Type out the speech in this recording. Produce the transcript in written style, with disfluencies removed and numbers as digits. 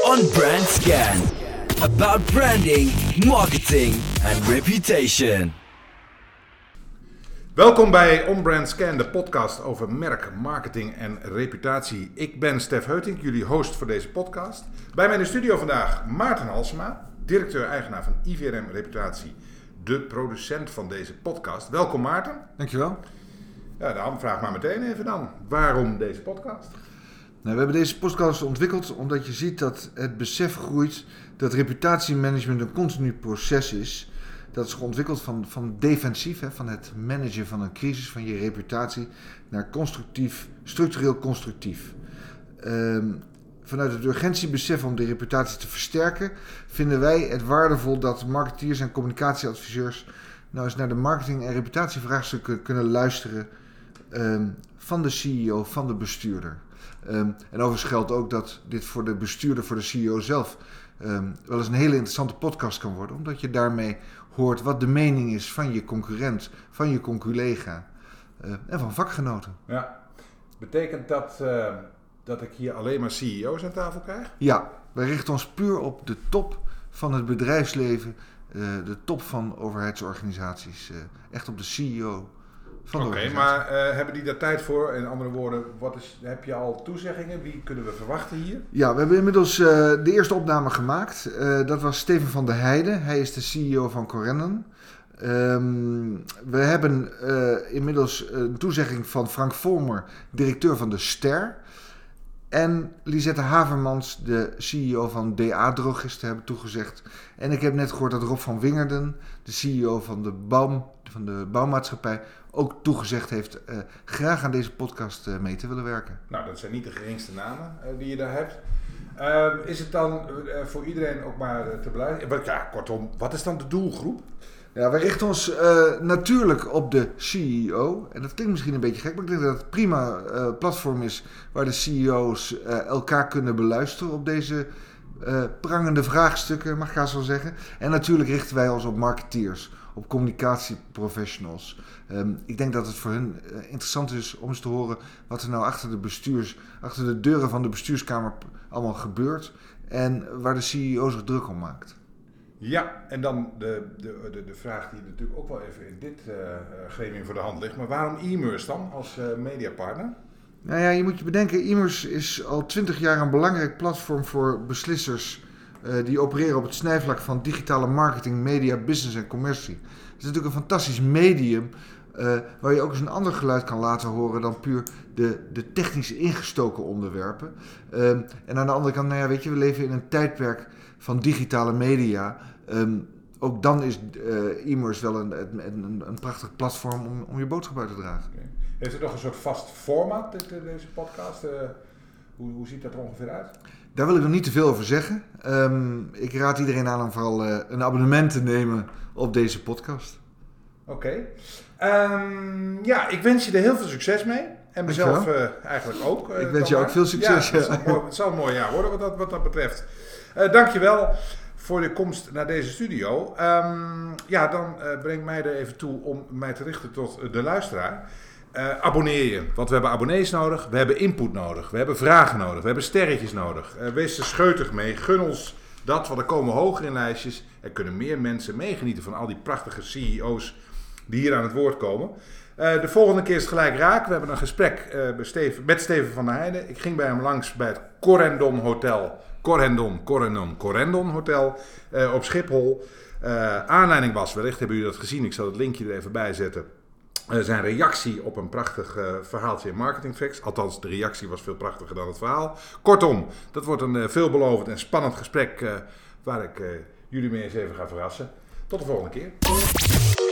On Brand Scan. About branding, marketing and reputation. Welkom bij On Brand Scan, de podcast over merk, marketing en reputatie. Ik ben Stef Heutink, jullie host voor deze podcast. Bij mij in de studio vandaag Maarten Halsema, directeur-eigenaar van IVRM Reputatie, de producent van deze podcast. Welkom Maarten. Dankjewel. Ja, dan vraag maar meteen even dan, waarom deze podcast? Nou, we hebben deze podcast ontwikkeld omdat je ziet dat het besef groeit dat reputatiemanagement een continu proces is. Dat is ontwikkeld van defensief, van het managen van een crisis, van je reputatie, naar constructief, structureel constructief. Vanuit het urgentiebesef om de reputatie te versterken, vinden wij het waardevol dat marketeers en communicatieadviseurs nou eens naar de marketing- en reputatievraagstukken kunnen luisteren van de CEO, van de bestuurder. En overigens geldt ook dat dit voor de bestuurder, voor de CEO zelf, wel eens een hele interessante podcast kan worden. Omdat je daarmee hoort wat de mening is van je concurrent, van je conculega en van vakgenoten. Ja, betekent dat ik hier alleen maar CEO's aan tafel krijg? Ja, wij richten ons puur op de top van het bedrijfsleven, de top van overheidsorganisaties. Echt op de CEO. Oké, maar hebben die daar tijd voor? In andere woorden, heb je al toezeggingen? Wie kunnen we verwachten hier? Ja, we hebben inmiddels de eerste opname gemaakt. Dat was Steven van der Heijden. Hij is de CEO van Corendon. We hebben inmiddels een toezegging van Frank Volmer, directeur van de Ster. En Lisette Havermans, de CEO van DA Drogisten, hebben toegezegd. En ik heb net gehoord dat Rob van Wingerden, de CEO van de bouwmaatschappij, ook toegezegd heeft graag aan deze podcast mee te willen werken. Nou, dat zijn niet de geringste namen die je daar hebt. Is het dan voor iedereen ook maar te beluisteren? Ja, kortom, wat is dan de doelgroep? Ja, wij richten ons natuurlijk op de CEO. En dat klinkt misschien een beetje gek, maar ik denk dat het prima platform is waar de CEO's elkaar kunnen beluisteren op deze prangende vraagstukken, mag ik haast wel zeggen. En natuurlijk richten wij ons op marketeers, op communicatieprofessionals. Ik denk dat het voor hun interessant is om eens te horen wat er nou achter de deuren van de bestuurskamer allemaal gebeurt en waar de CEO zich druk om maakt. Ja, en dan de vraag die natuurlijk ook wel even in dit gremium voor de hand ligt. Maar waarom e-mers dan als mediapartner? Nou ja, je moet je bedenken, e-mers is al 20 jaar een belangrijk platform voor beslissers die opereren op het snijvlak van digitale marketing, media, business en commercie. Het is natuurlijk een fantastisch medium waar je ook eens een ander geluid kan laten horen dan puur de technisch ingestoken onderwerpen. En aan de andere kant, nou ja, weet je, we leven in een tijdperk van digitale media. Ook dan is e-mers wel een prachtig platform om je boodschap uit te dragen. Okay. Heeft het nog een soort vast format, deze podcast? Hoe ziet dat er ongeveer uit? Daar wil ik nog niet te veel over zeggen. Ik raad iedereen aan om vooral een abonnement te nemen op deze podcast. Oké. Ja, ik wens je er heel veel succes mee. En mezelf eigenlijk ook. Ik wens je ook veel succes. Ja, het zal een mooi jaar worden wat dat betreft. Dankjewel voor de komst naar deze studio. Dan breng mij er even toe om mij te richten tot de luisteraar. Abonneer je, want we hebben abonnees nodig, we hebben input nodig, we hebben vragen nodig, we hebben sterretjes nodig. Wees er scheutig mee, gun ons dat, want er komen hoger in lijstjes. Er kunnen meer mensen meegenieten van al die prachtige CEO's die hier aan het woord komen. De volgende keer is het gelijk raak. We hebben een gesprek met Steven van der Heijden. Ik ging bij hem langs bij het Corendon Hotel. Corendon Hotel op Schiphol. Aanleiding was, wellicht hebben jullie dat gezien, ik zal het linkje er even bij zetten. Zijn reactie op een prachtig verhaaltje in Marketing Facts. Althans, de reactie was veel prachtiger dan het verhaal. Kortom, dat wordt een veelbelovend en spannend gesprek waar ik jullie mee eens even ga verrassen. Tot de volgende keer.